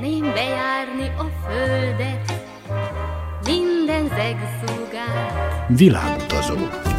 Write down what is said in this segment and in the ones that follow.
szeretném bejárni a földet, minden zegszúgát. Világutazó.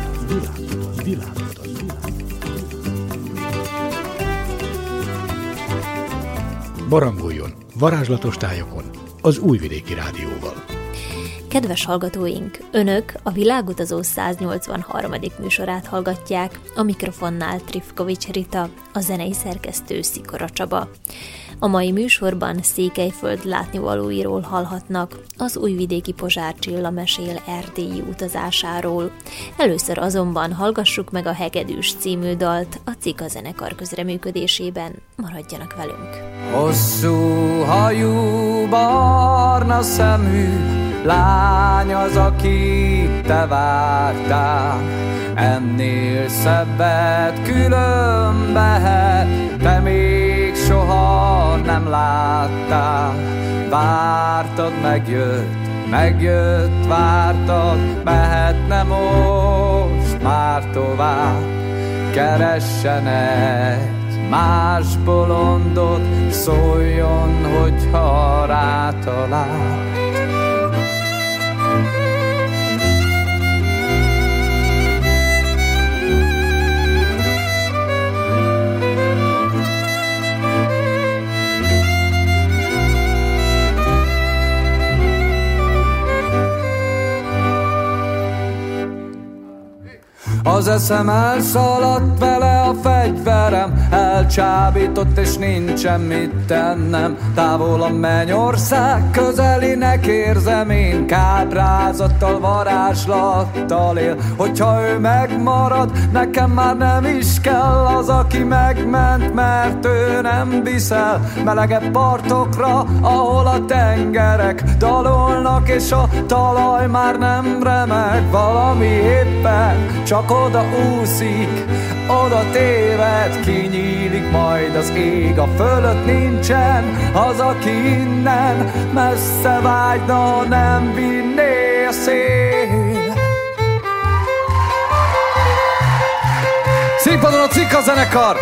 Barangoljon varázslatos tájokon az Újvidéki Rádióval. Kedves hallgatóink, Önök a Világutazó 183. műsorát hallgatják, a mikrofonnál Trifkovics Rita, a zenei szerkesztő Szikora Csaba. A mai műsorban Székelyföld látnivalóiról hallhatnak, az újvidéki Pozsár Csilla mesél erdélyi utazásáról. Először azonban hallgassuk meg a Hegedűs című dalt a Cika zenekar közreműködésében. Maradjanak velünk! Hosszú hajú, barna szemű lány az, akit te vártál, ennél szebbet különbehet, te még soha nem láttál. Vártad, megjött, vártad, mehetne most már tovább. Keressen egy más bolondot, szóljon, hogyha rátalál. Az eszem elszaladt, vele a fegyverem elcsábított, és nincsen mit tennem. Távol a mennyország, közelinek érzem én, káprázattal, varázslattal él. Hogyha ő megmarad, nekem már nem is kell az, aki megment, mert ő nem viszel melegebb partokra, ahol a tengerek dalolnak, és a talaj már nem remeg. Valami éppen csak oda úszik, oda téved, kinyílik majd az ég, a fölött nincsen az, aki innen messze vágyna, ha nem vinné a szél. Színpadon a Cika zenekar!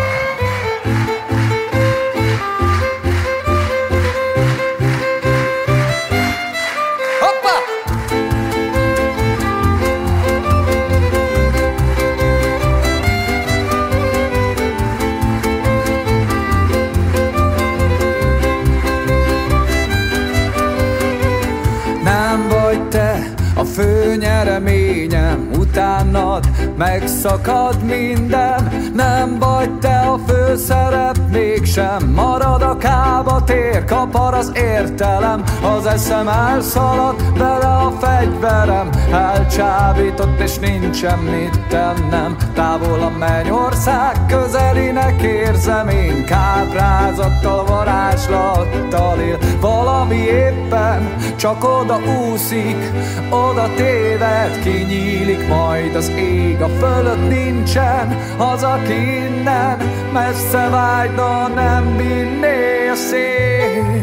Fő nyereményem, utánad megszakad minden. Nem vagy te a főszerep, mégsem marad a kába tér, kapar az értelem. Az eszem elszaladt, vele a fegyverem elcsábított, és nincsen mit tennem. Távol a mennyország, közelinek érzem én, káprázattal, varázslattal él. Valami éppen csak oda úszik, oda téved, kinyílik majd az ég, a fölött nincsen az, aki innen messze vágyna, nem vinné a szél.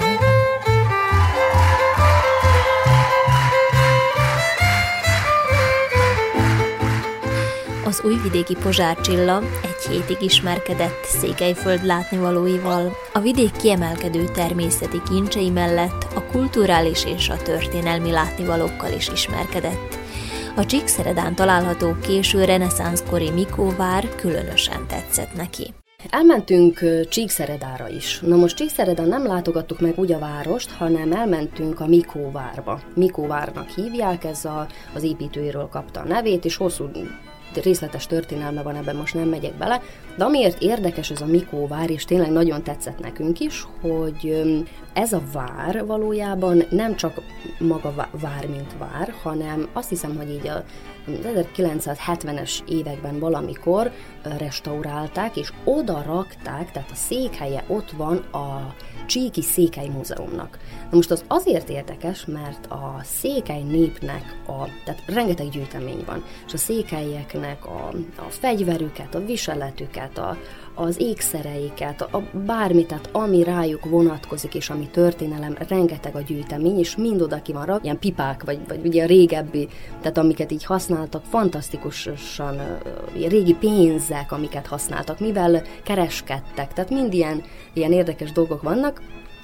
Az újvidéki Pozsár Csilla egy hétig ismerkedett Székelyföld látnivalóival, a vidék kiemelkedő természeti kincsei mellett a kulturális és a történelmi látnivalókkal is ismerkedett. A Csíkszeredán található késő reneszánszkori Mikóvár különösen tetszett neki. Elmentünk Csíkszeredára is. Na most Csíkszeredán nem látogattuk meg úgy a várost, hanem elmentünk a Mikóvárba. Mikóvárnak hívják, ez az építőjéről kapta a nevét, és hosszú részletes történelme van, ebben most nem megyek bele, de amiért érdekes ez a Mikóvár, és tényleg nagyon tetszett nekünk is, hogy ez a vár valójában nem csak maga vár, mint vár, hanem azt hiszem, hogy így a 1970-es években valamikor restaurálták, és oda rakták, tehát a székhelye ott van a Csíki Székely Múzeumnak. Na most az azért érdekes, mert a székely népnek, tehát rengeteg gyűjtemény van, és a székelyeknek a fegyverüket, a viseletüket, az ékszereiket, bármit, tehát ami rájuk vonatkozik, és ami történelem, rengeteg a gyűjtemény, és mind oda ki van rakva, ilyen pipák, vagy ugye a régebbi, tehát amiket így használtak, fantasztikusan régi pénzek, amiket használtak, mivel kereskedtek, tehát mind ilyen érdekes dolgok vannak,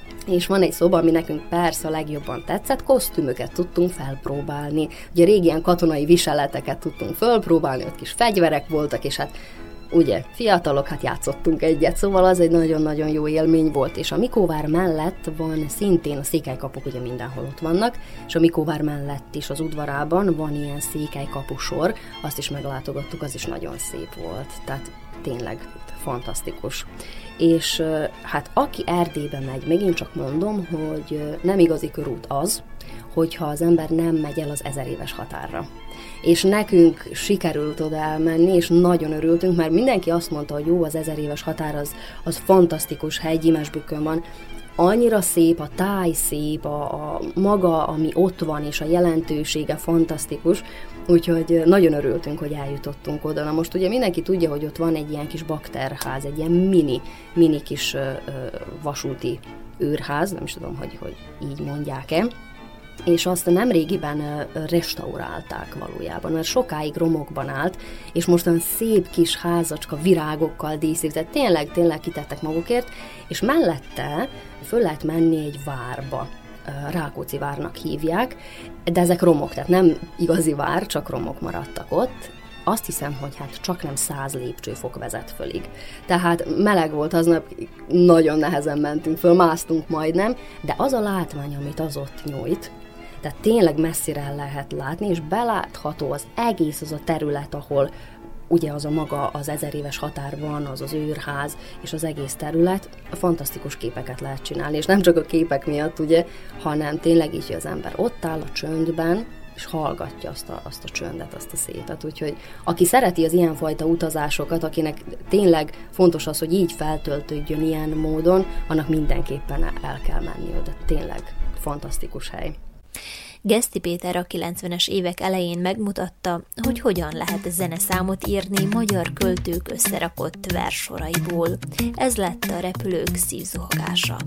és van egy szoba, ami nekünk persze a legjobban tetszett, kosztümöket tudtunk felpróbálni. Ugye régi ilyen katonai viseleteket tudtunk felpróbálni, ott kis fegyverek voltak, és hát ugye fiatalok, hát játszottunk egyet, szóval az egy nagyon-nagyon jó élmény volt, és a Mikóvár mellett van szintén a székelykapuk, ugye mindenhol ott vannak, és a Mikóvár mellett is az udvarában van ilyen székelykapusor, azt is meglátogattuk, az is nagyon szép volt, tehát tényleg fantasztikus. És hát aki Erdélybe megy, megint csak mondom, hogy nem igazi körút az, hogyha az ember nem megy el az 1000 éves határra. És nekünk sikerült oda elmenni, és nagyon örültünk, mert mindenki azt mondta, hogy jó, az 1000 éves határ az fantasztikus hely, Gyimesbükkön van, annyira szép, a táj szép, a maga, ami ott van, és a jelentősége fantasztikus, úgyhogy nagyon örültünk, hogy eljutottunk oda. Na most ugye mindenki tudja, hogy ott van egy ilyen kis bakterház, egy ilyen mini kis vasúti őrház, nem is tudom, hogy így mondják-e, és azt nemrégiben restaurálták valójában, mert sokáig romokban állt, és mostan szép kis házacska virágokkal díszített, tényleg kitettek magukért, és mellette föl lehet menni egy várba, Rákóczi várnak hívják, de ezek romok, tehát nem igazi vár, csak romok maradtak ott. Azt hiszem, hogy hát csak nem 100 lépcsőfok vezet fölig. Tehát meleg volt aznap, nagyon nehezen mentünk föl, másztunk majdnem, de az a látvány, amit az ott nyújt, tehát tényleg messzire el lehet látni, és belátható az egész az a terület, ahol ugye az a maga az 1000 éves határ van, az az őrház, és az egész terület, fantasztikus képeket lehet csinálni, és nem csak a képek miatt, ugye, hanem tényleg így, hogy az ember ott áll a csöndben, és hallgatja azt a csöndet, azt a szépet. Úgyhogy aki szereti az ilyenfajta utazásokat, akinek tényleg fontos az, hogy így feltöltődjön ilyen módon, annak mindenképpen el kell menni oda. Tényleg fantasztikus hely. Geszti Péter a 90-es évek elején megmutatta, hogy hogyan lehet zeneszámot írni magyar költők összerakott verssoraiból. Ez lett a Repülők szívzuhogása.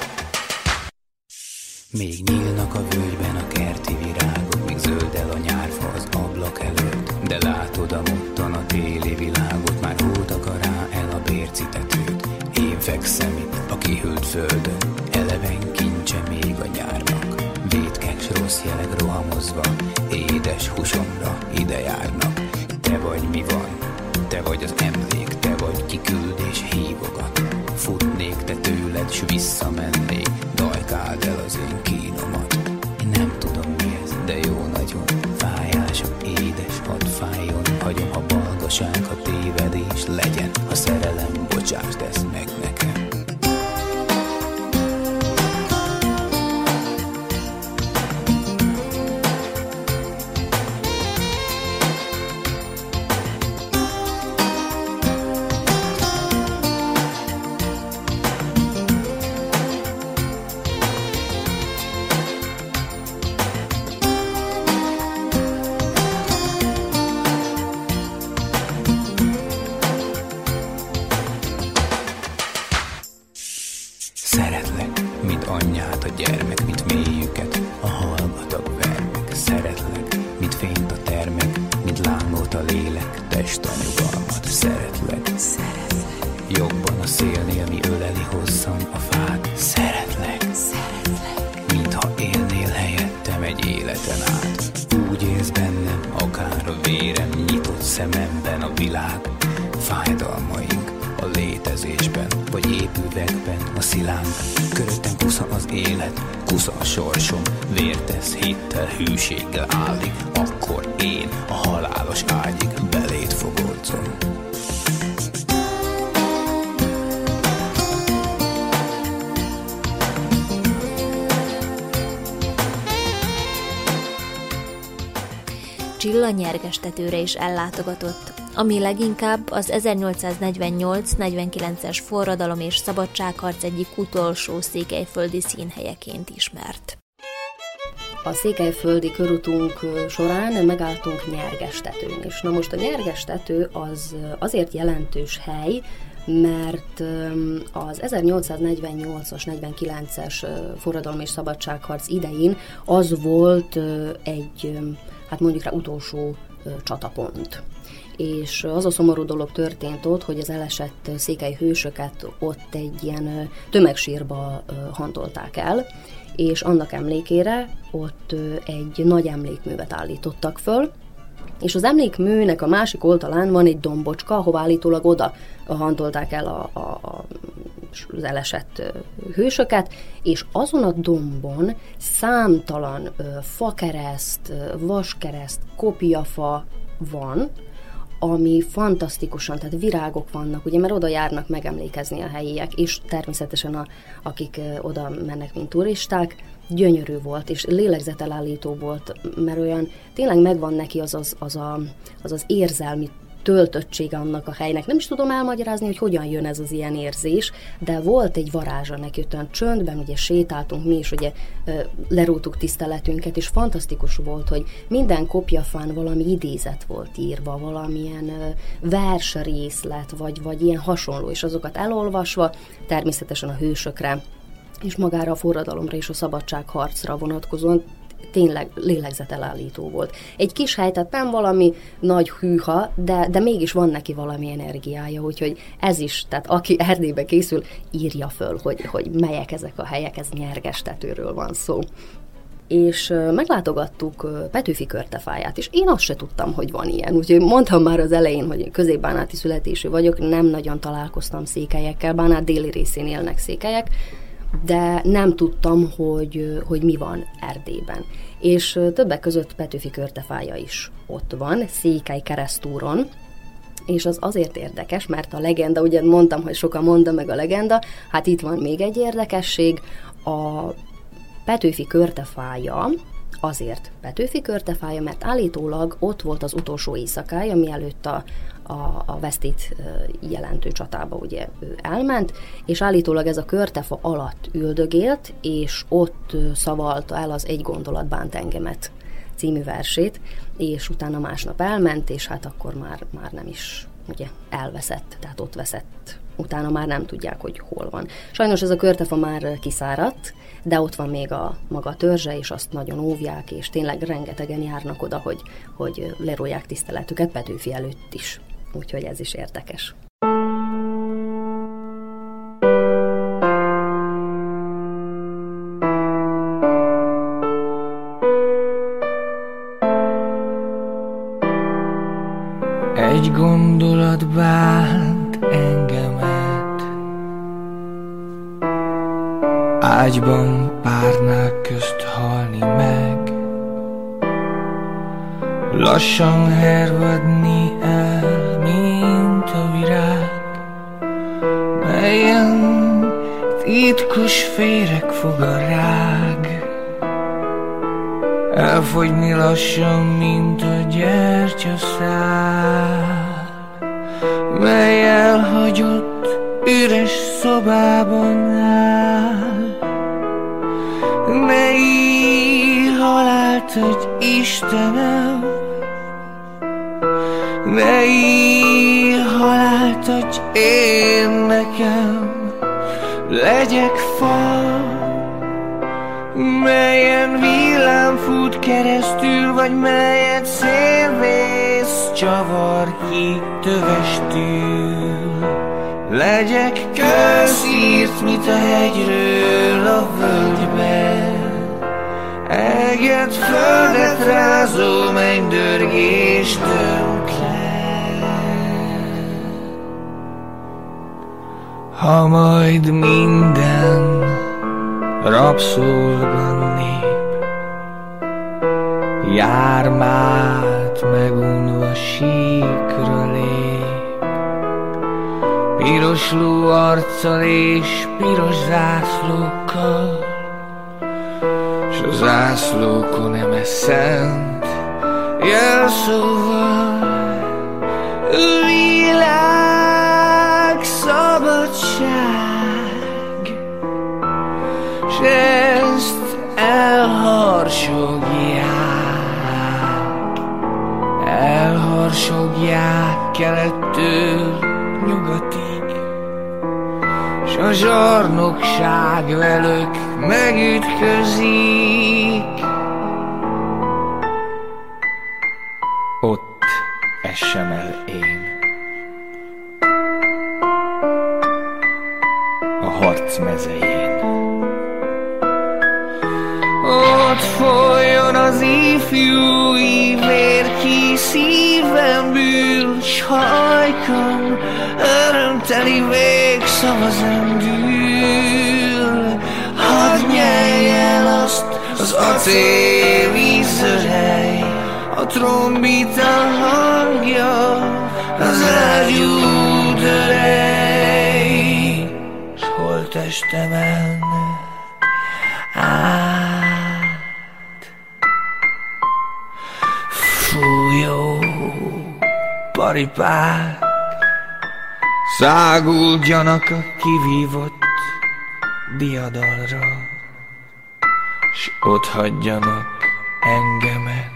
Még nyílnak a völgyben a kerti virágok, még zöldel a nyárfa az ablak előtt, de látod a mottan a téli világot, már hót akar rá el a bércitetőt. Én fekszem itt a kihűlt földön, eleven kincse még a nyárnak. Vétkek s rossz jelek rohamozva, édes húsomra ide járnak. Te vagy mi van, te vagy az emlék, te vagy ki küld és hívogat. Futnék te tőled s visszamennék, dajkáld el az én kínomat. Én nem tudom mi ez, de jó nagyon, fájás, édes, hadd fájjon. Hagyom a balgaság, ha tévedés legyen, ha szerelem, bocsásd ezt meg nekem. Csilla Nyergestetőre is ellátogatott, ami leginkább az 1848-49-es forradalom és szabadságharc egyik utolsó székelyföldi színhelyeként ismert. A székelyföldi körutunk során megálltunk Nyergestetőn is. Na most a Nyergestető az azért jelentős hely, mert az 1848-as, 49-es forradalom és szabadságharc idején az volt egy, hát mondjuk rá utolsó csatapont. És az a szomorú dolog történt ott, hogy az elesett székely hősöket ott egy ilyen tömegsírba hantolták el, és annak emlékére ott egy nagy emlékművet állítottak föl, és az emlékműnek a másik oldalán van egy dombocska, ahova állítólag oda hantolták el az elesett hősöket, és azon a dombon számtalan fakereszt, vaskereszt, kopiafa van, ami fantasztikusan, tehát virágok vannak, ugye, mert oda járnak megemlékezni a helyiek, és természetesen akik oda mennek, mint turisták, gyönyörű volt, és lélegzetelállító volt, mert olyan, tényleg megvan neki az érzelmi töltöttsége annak a helynek. Nem is tudom elmagyarázni, hogy hogyan jön ez az ilyen érzés, de volt egy varázsa neki, olyan csöndben, ugye sétáltunk mi is, ugye lerúgtuk tiszteletünket, és fantasztikus volt, hogy minden kopjafán valami idézet volt írva, valamilyen versrészlet, vagy ilyen hasonló, és azokat elolvasva, természetesen a hősökre, és magára a forradalomra és a szabadságharcra vonatkozóan tényleg lélegzetelállító volt. Egy kis hely, tehát nem valami nagy hűha, de mégis van neki valami energiája, úgyhogy ez is, tehát aki Erdélybe készül, írja föl, hogy melyek ezek a helyek, ez Nyergestetőről van szó. És meglátogattuk Petőfi Körtefáját, és én azt se tudtam, hogy van ilyen. Úgyhogy mondtam már az elején, hogy középbánáti születésű vagyok, nem nagyon találkoztam székelyekkel, Bánát déli részén élnek székelyek, de nem tudtam, hogy mi van Erdélyben. És többek között Petőfi Körtefája is ott van, Székely keresztúron, és az azért érdekes, mert a legenda, ugye mondtam, hogy sokan mondta meg a legenda, hát itt van még egy érdekesség, a Petőfi Körtefája, azért Petőfi Körtefája, mert állítólag ott volt az utolsó éjszakája, mielőtt a vesztét jelentő csatába ugye ő elment, és állítólag ez a körtefa alatt üldögélt, és ott szavalta el az Egy gondolat bánt engemet című versét, és utána másnap elment, és hát akkor már nem is ugye elveszett, tehát ott veszett. Utána már nem tudják, hogy hol van. Sajnos ez a körtefa már kiszáradt, de ott van még a maga törzse, és azt nagyon óvják, és tényleg rengetegen járnak oda, hogy lerólják tiszteletüket Petőfi előtt is. Úgyhogy ez is érdekes. Egy gondolat bánt engemet, ágyban párnák közt halni meg, lassan hervadni el, mint a virág, melyen titkos féreg fog a rág, elfogyni lassan, mint a gyertyaszál, mely elhagyott üres szobában áll. Ne írj halált, hogy Istenem, ne írj halált, hogy én nekem legyek fa, melyen villám fut keresztül, vagy melyet szélvész csavar ki tövestül. Legyek közírt, mint a hegyről a völgyben, eget földet rázó mennydörgés tönklen. Ha majd minden rabszolga nép jármát megunva síkra lép, piros ló arccal és piros zászlókkal, s a zászlókon eme szent jelszóval: világ, szabadság, s ezt elharsogják kelettől nyugatig, s a zsarnokság velük megütközik. Ott essem el én. A harc mezején. Ott folyjon az ifjúi vér, ki szívemből, s hajkam örömteli végszava zendül. Hadd nyelj el azt az acéli zöhely, a trombita hangja, az ágyúd örej, s holttestemen át fújó paripák, száguldjanak a kivívott diadalra, s ott hagyjanak engemet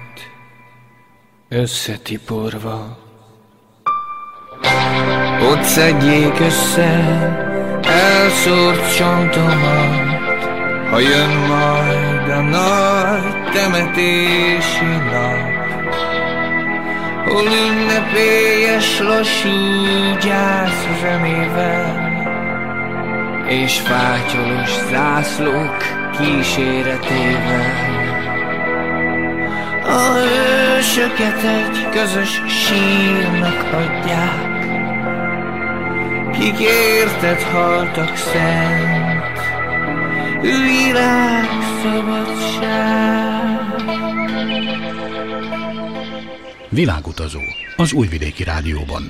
összetiporva. Ott szedjék össze elszórt csontomat, ha jön majd a nagy temetési nap, hol ünnepélyes lassú gyász zenével, és fátyolos zászlók kíséretével. A hősöket egy közös sírnak adják, kik érted haltak szent, világszabadság. Világutazó az Újvidéki Rádióban.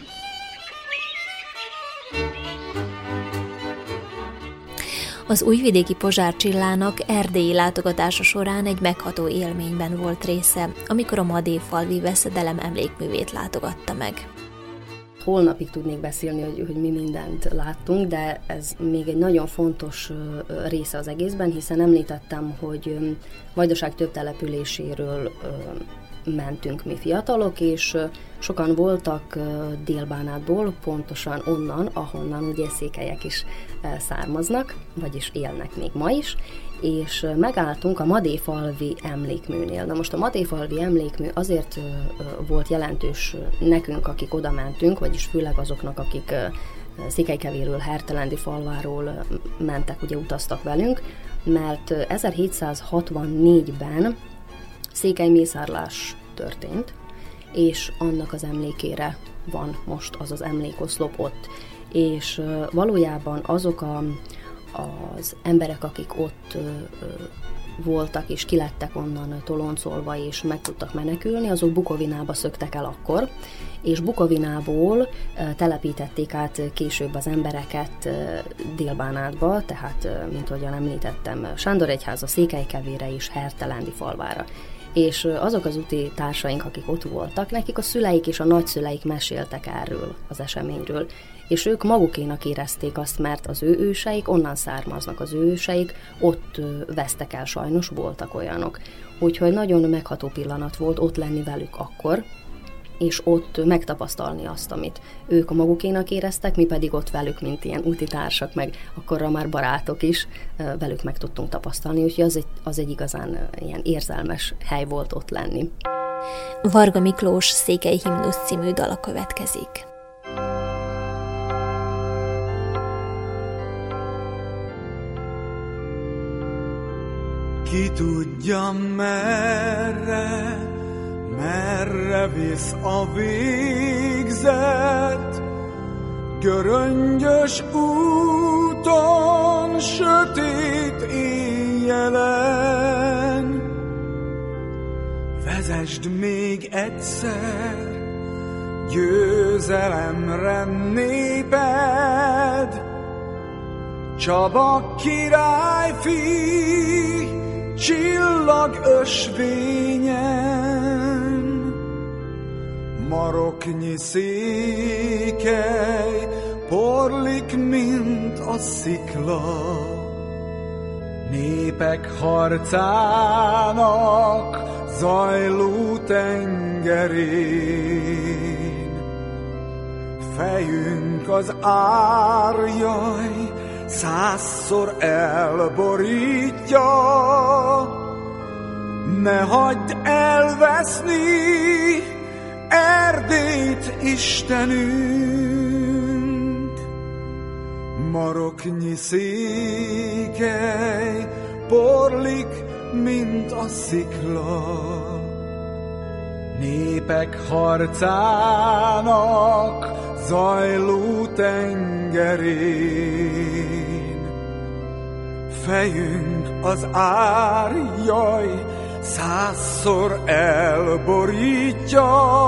Az újvidéki Pozsár Csillának erdélyi látogatása során egy megható élményben volt része, amikor a Madéfalvi Veszedelem emlékművét látogatta meg. Holnapig tudnék beszélni, hogy mi mindent láttunk, de ez még egy nagyon fontos része az egészben, hiszen említettem, hogy Vajdaság több településéről mentünk mi fiatalok, és sokan voltak Dél-Bánátból, pontosan onnan, ahonnan ugye székelyek is származnak, vagyis élnek még ma is, és megálltunk a Madéfalvi emlékműnél. Na most a Madéfalvi emlékmű azért volt jelentős nekünk, akik oda mentünk, vagyis főleg azoknak, akik Székelykevéről, Hertelendi falváról mentek, ugye utaztak velünk, mert 1764-ben székelymészárlás történt, és annak az emlékére van most az az emlékoszlop ott. És valójában azok az emberek, akik ott voltak és kilettek onnan toloncolva és meg tudtak menekülni, azok Bukovinába szöktek el akkor, és Bukovinából telepítették át később az embereket Dél-Bánátba, tehát, mint ahogyan említettem, Sándoregyháza, Székelykevére és Hertelendi falvára. És azok az úti társaink, akik ott voltak, nekik a szüleik és a nagyszüleik meséltek erről az eseményről, és ők magukénak érezték azt, mert az ő őseik onnan származnak, az ő őseik ott vesztek el, sajnos voltak olyanok. Úgyhogy nagyon megható pillanat volt ott lenni velük akkor, és ott megtapasztalni azt, amit ők a magukénak éreztek, mi pedig ott velük, mint ilyen úti társak, meg akkorra már barátok is, velük meg tudtunk tapasztalni, úgyhogy az egy igazán ilyen érzelmes hely volt ott lenni. Varga Miklós Székely himnusz című dala következik. Ki tudja merre visz a végzet, göröngyös úton, sötét éjjelen. Vezesd még egyszer győzelemre néped, Csaba királyfi, csillag ösvényen. Maroknyi székely porlik, mint a szikla, népek harcának zajló tengerén. Fejünk az árjaj 100-szor elborítja, ne hagyd elveszni Erdélyt, Istenünk. Maroknyi székely porlik, mint a szikla. Népek harcának zajló tengerén. Fejünk az árjaj 100-szor elborítja.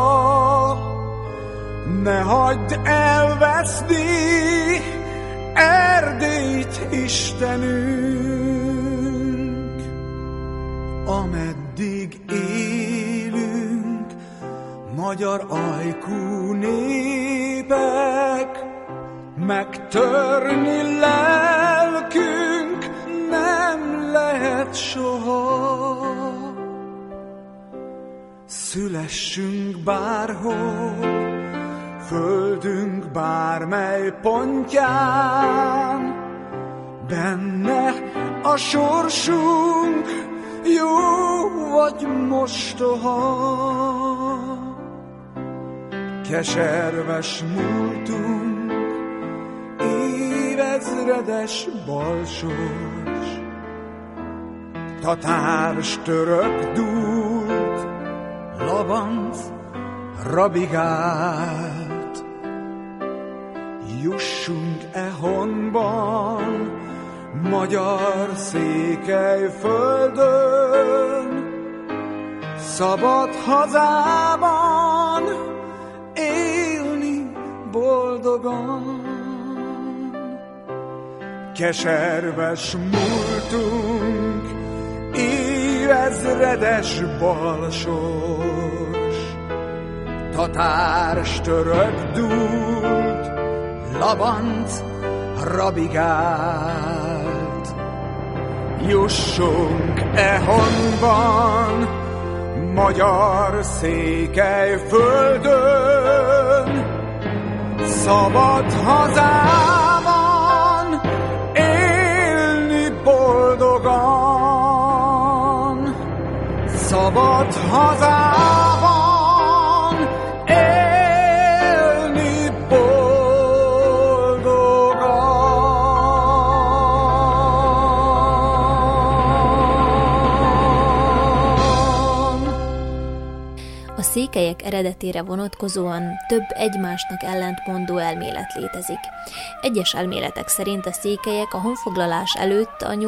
Ne hagyd elveszni Erdélyt, Istenünk. Ameddig élünk, magyar ajkú népek, megtörni lelkünk nem lehet soha. Szülessünk bárhol, földünk bármely pontján, benne a sorsunk jó vagy mostoha. Keserves múltunk, évezredes balsors, tatárs török dúlt, labanc rabigált. Jussunk-e honban, magyar Székelyföldön, szabad hazában élni boldogan. Keserves múltunk, évezredes balsors, tatárs török dúlt, labanc rabigált. Jussunk-e honban, magyar Székelyföldön, szabad hazában élni boldogan. Szabad hazában élni boldogan. A székelyek eredetére vonatkozóan több egymásnak ellentmondó elmélet létezik. Egyes elméletek szerint a székelyek a honfoglalás előtt a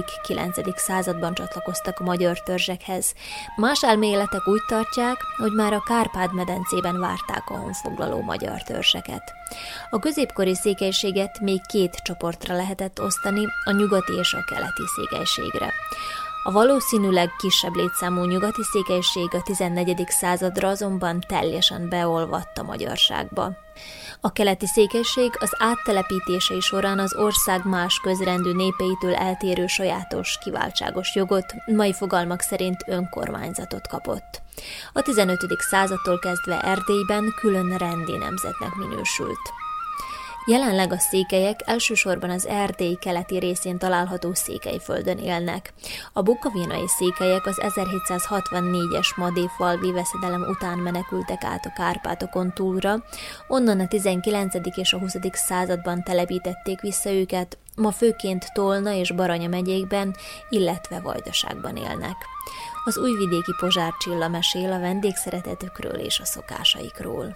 8.-9. században csatlakoztak a magyar törzsekhez. Más elméletek úgy tartják, hogy már a Kárpát-medencében várták a honfoglaló magyar törzseket. A középkori székelységet még két csoportra lehetett osztani, a nyugati és a keleti székelységre. A valószínűleg kisebb létszámú nyugati székelység a 14. századra azonban teljesen beolvadt a magyarságba. A keleti székelység az áttelepítései során az ország más közrendű népeitől eltérő sajátos, kiváltságos jogot, mai fogalmak szerint önkormányzatot kapott. A 15. századtól kezdve Erdélyben külön rendi nemzetnek minősült. Jelenleg a székelyek elsősorban az Erdély keleti részén található Székelyföldön élnek. A bukovinai székelyek az 1764-es madéfalvi veszedelem után menekültek át a Kárpátokon túlra, onnan a 19. és a 20. században telepítették vissza őket, ma főként Tolna és Baranya megyékben, illetve Vajdaságban élnek. Az újvidéki Pozsár Csilla mesél a vendégszeretetükről és a szokásaikról.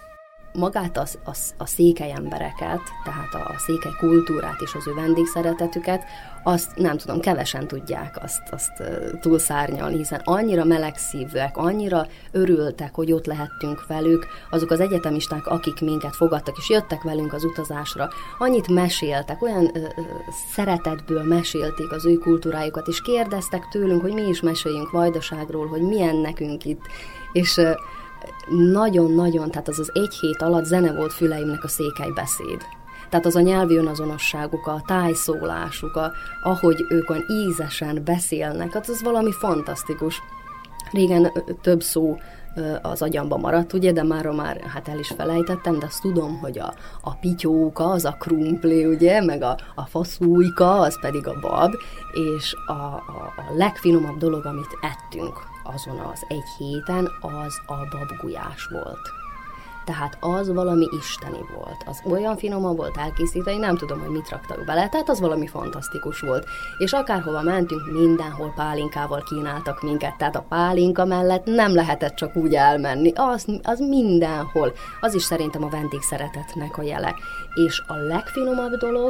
Magát a székely embereket, tehát a székely kultúrát és az ő vendégszeretetüket, azt nem tudom, kevesen tudják azt túlszárnyalni, hiszen annyira melegszívűek, annyira örültek, hogy ott lehettünk velük, azok az egyetemisták, akik minket fogadtak és jöttek velünk az utazásra, annyit meséltek, olyan szeretetből mesélték az ő kultúrájukat, és kérdeztek tőlünk, hogy mi is meséljünk Vajdaságról, hogy milyen nekünk itt, és nagyon-nagyon, tehát az egy hét alatt zene volt füleimnek a székely beszéd. Tehát az a nyelvi önazonosságuk, a tájszólásuk, ahogy ők olyan ízesen beszélnek, hát az valami fantasztikus. Régen több szó az agyamba maradt, ugye, de már hát el is felejtettem, de azt tudom, hogy a pityóka, az a krumpli, ugye, meg a faszújka, az pedig a bab, és a legfinomabb dolog, amit ettünk azon az egy héten, az a babgulyás volt. Tehát az valami isteni volt. Az olyan finoman volt elkészítve, én nem tudom, hogy mit raktak bele, tehát az valami fantasztikus volt. És akárhova mentünk, mindenhol pálinkával kínáltak minket, tehát a pálinka mellett nem lehetett csak úgy elmenni. Az mindenhol. Az is szerintem a vendégszeretetnek a jele. És a legfinomabb dolog,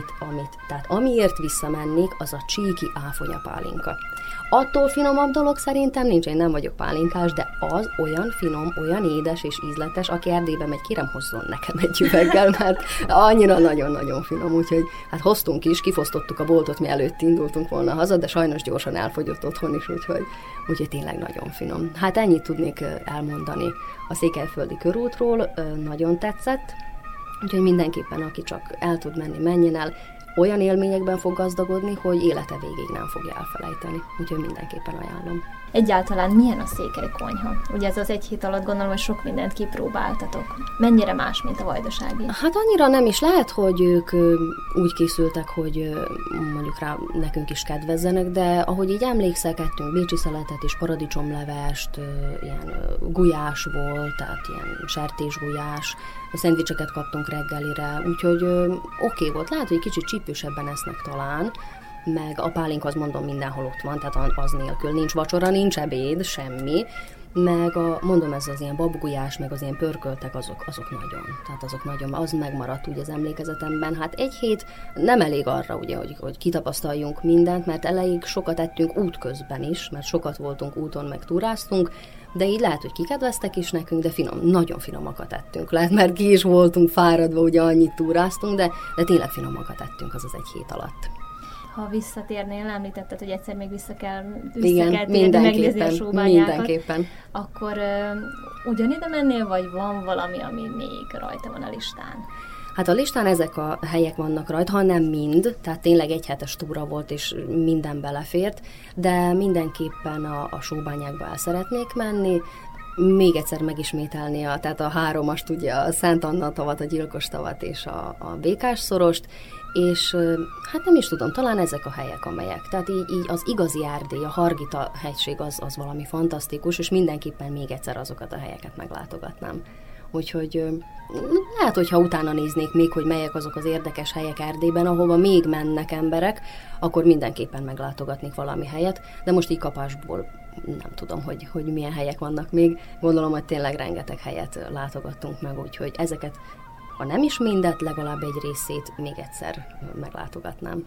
tehát amiért visszamennék, az a csíki áfonya pálinka. Attól finomabb dolog szerintem nincs, én nem vagyok pálinkás, de az olyan finom, olyan édes és ízletes, aki Erdélybe megy, kérem hozzon nekem egy üveggel, mert annyira nagyon-nagyon finom, úgyhogy hát hoztunk is, kifosztottuk a boltot, mielőtt indultunk volna haza, de sajnos gyorsan elfogyott otthon is, úgyhogy tényleg nagyon finom. Hát ennyit tudnék elmondani a Székelyföldi körútról, nagyon tetszett, úgyhogy mindenképpen, aki csak el tud menni, menjen el, olyan élményekben fog gazdagodni, hogy élete végig nem fogja elfelejteni. Úgyhogy mindenképpen ajánlom. Egyáltalán milyen a székely konyha? Ugye ez az egy hét alatt gondolom, hogy sok mindent kipróbáltatok. Mennyire más, mint a vajdasági? Hát annyira nem is. Lehet, hogy ők úgy készültek, hogy mondjuk rá nekünk is kedvezzenek, de ahogy így emlékszek, ettünk bécsi szeletet és paradicsomlevest, ilyen gulyás volt, tehát ilyen sertésgulyás, a szendvicseket kaptunk reggelire, úgyhogy oké volt. Lehet, hogy kicsit csípősebben esznek talán, meg a pálinka, az mondom, mindenhol ott van, tehát az nélkül nincs vacsora, nincs ebéd, semmi, meg mondom, ez az ilyen babgulyás, meg az ilyen pörköltek, azok nagyon, tehát azok nagyon, az megmaradt ugye az emlékezetemben. Hát egy hét nem elég arra, ugye, hogy kitapasztaljunk mindent, mert elég sokat ettünk útközben is, mert sokat voltunk úton, meg túráztunk, de így lehet, hogy kikedveztek is nekünk, de nagyon finomakat ettünk. Lehet, mert ki is voltunk fáradva, ugye annyit túráztunk, de tényleg finomakat ettünk az egy hét alatt. Ha visszatérnél, említetted, hogy egyszer még vissza kell térni, megnézni a sóbányákat. Mindenképpen. Akkor ugyanide mennél, vagy van valami, ami még rajta van a listán? Hát a listán ezek a helyek vannak rajta, ha nem mind, tehát tényleg egy hetes túra volt, és minden belefért, de mindenképpen a sóbányákba el szeretnék menni, még egyszer megismételni tehát a háromast, ugye a Szent Anna tavat, a Gyilkos tavat és a Békás szorost, és hát nem is tudom, talán ezek a helyek, amelyek. Tehát így az igazi Erdély, a Hargita hegység az valami fantasztikus, és mindenképpen még egyszer azokat a helyeket meglátogatnám. Úgyhogy lehet, hogyha utána néznék még, hogy melyek azok az érdekes helyek Erdélyben, ahova még mennek emberek, akkor mindenképpen meglátogatnék valami helyet, de most így kapásból nem tudom, hogy milyen helyek vannak még. Gondolom, hogy tényleg rengeteg helyet látogattunk meg, úgyhogy ezeket, ha nem is mindet, legalább egy részét még egyszer meglátogatnám.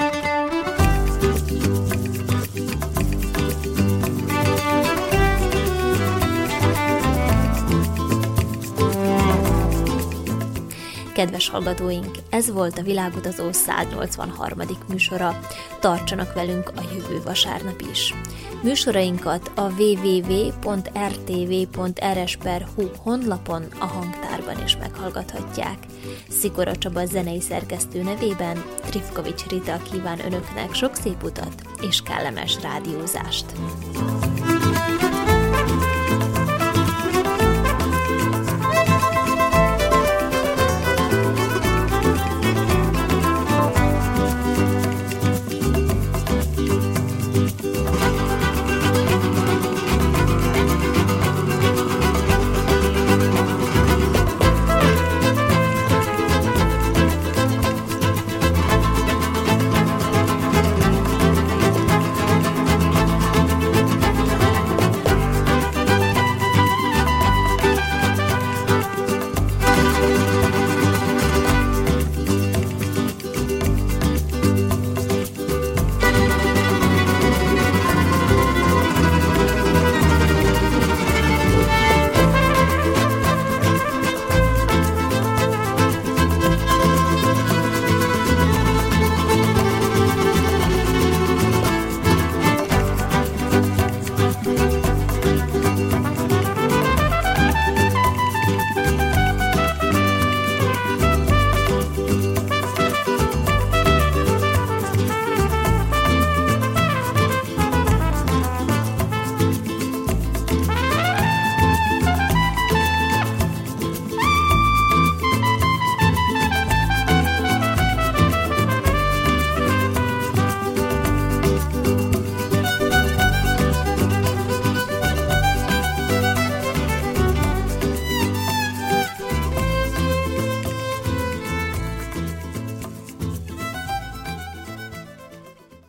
Kedves hallgatóink, ez volt a Világutazó 183. műsora. Tartsanak velünk a jövő vasárnap is. Műsorainkat a www.rtv.rs.hu honlapon, a hangtárban is meghallgathatják. Szikora Csaba zenei szerkesztő nevében Trifkovics Rita kíván önöknek sok szép utat és kellemes rádiózást.